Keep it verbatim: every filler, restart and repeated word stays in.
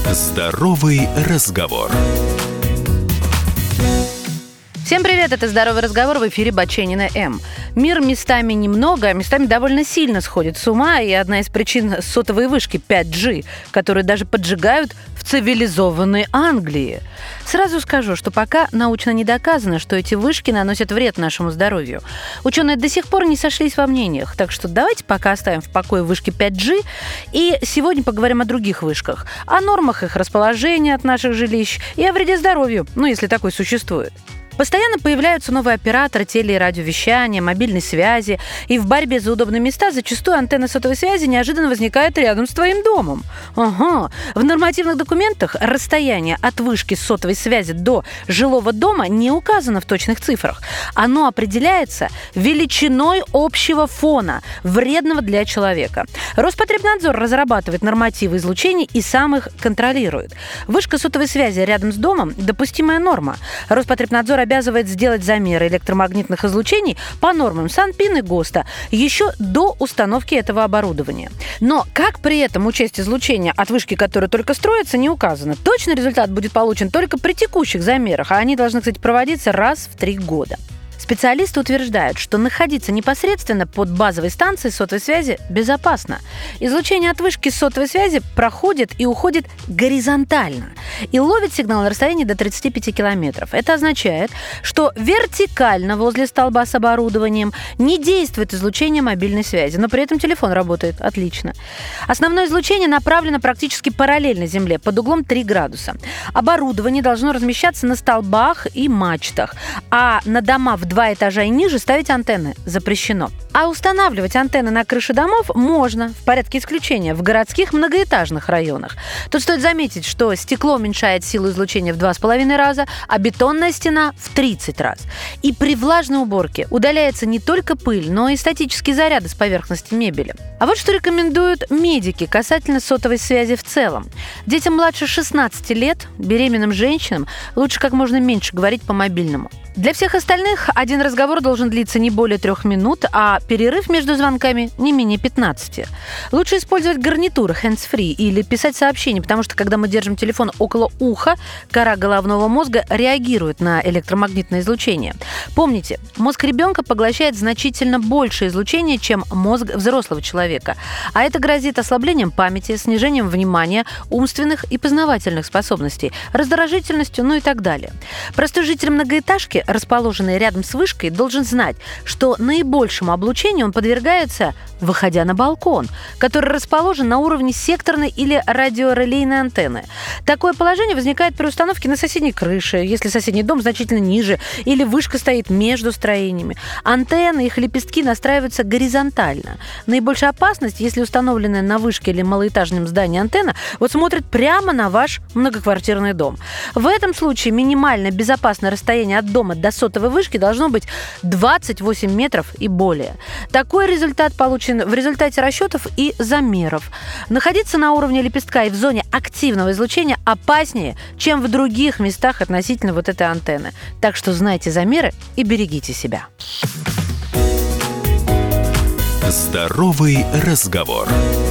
Здоровый разговор. Всем привет, это «Здоровый разговор», в эфире Баченина М. Мир местами немного, а местами довольно сильно сходит с ума, и одна из причин – сотовые вышки пять джи, которые даже поджигают в цивилизованной Англии. Сразу скажу, что пока научно не доказано, что эти вышки наносят вред нашему здоровью. Ученые до сих пор не сошлись во мнениях, так что давайте пока оставим в покое вышки пять джи, и сегодня поговорим о других вышках, о нормах их расположения от наших жилищ и о вреде здоровью, ну если такой существует. Постоянно появляются новые операторы теле- и радиовещания, мобильной связи, и в борьбе за удобные места зачастую антенна сотовой связи неожиданно возникает рядом с твоим домом. Ага. В нормативных документах расстояние от вышки сотовой связи до жилого дома не указано в точных цифрах. Оно определяется величиной общего фона, вредного для человека. Роспотребнадзор разрабатывает нормативы излучений и сам их контролирует. Вышка сотовой связи рядом с домом – допустимая норма. Роспотребнадзор обязывает сделать замеры электромагнитных излучений по нормам Санпин и ГОСТа еще до установки этого оборудования. Но как при этом учесть излучение от вышки, которая только строится, не указано. Точный результат будет получен только при текущих замерах, а они должны, кстати, проводиться раз в три года. Специалисты утверждают, что находиться непосредственно под базовой станцией сотовой связи безопасно. Излучение от вышки сотовой связи проходит и уходит горизонтально и ловит сигнал на расстоянии до тридцати пяти километров. Это означает, что вертикально возле столба с оборудованием не действует излучение мобильной связи, но при этом телефон работает отлично. Основное излучение направлено практически параллельно Земле, под углом три градуса. Оборудование должно размещаться на столбах и мачтах, а на дома в два этажа и ниже ставить антенны запрещено. А устанавливать антенны на крыше домов можно, в порядке исключения, в городских многоэтажных районах. Тут стоит заметить, что стекло уменьшает силу излучения в два с половиной раза, а бетонная стена в тридцать раз. И при влажной уборке удаляется не только пыль, но и статические заряды с поверхности мебели. А вот что рекомендуют медики касательно сотовой связи в целом. Детям младше шестнадцати лет, беременным женщинам лучше как можно меньше говорить по мобильному. Для всех остальных один разговор должен длиться не более трех минут, а перерыв между звонками не менее пятнадцати. Лучше использовать гарнитуры hands-free или писать сообщения, потому что когда мы держим телефон около уха, кора головного мозга реагирует на электромагнитное излучение. Помните, мозг ребенка поглощает значительно больше излучения, чем мозг взрослого человека, а это грозит ослаблением памяти, снижением внимания, умственных и познавательных способностей, раздражительностью, ну и так далее. Простой житель многоэтажки, расположенный рядом с вышкой, должен знать, что наибольшему облучению он подвергается, выходя на балкон, который расположен на уровне секторной или радиорелейной антенны. Такое положение возникает при установке на соседней крыше, если соседний дом значительно ниже или вышка стоит между строениями. Антенны, их лепестки настраиваются горизонтально. Наибольшая опасность, если установленная на вышке или малоэтажном здании антенна вот смотрит прямо на ваш многоквартирный дом. В этом случае минимально безопасное расстояние от дома до сотовой вышки должно быть двадцать восемь метров и более. Такой результат получен в результате расчетов и замеров. Находиться на уровне лепестка и в зоне активного излучения опаснее, чем в других местах относительно вот этой антенны. Так что знайте замеры и берегите себя. Здоровый разговор.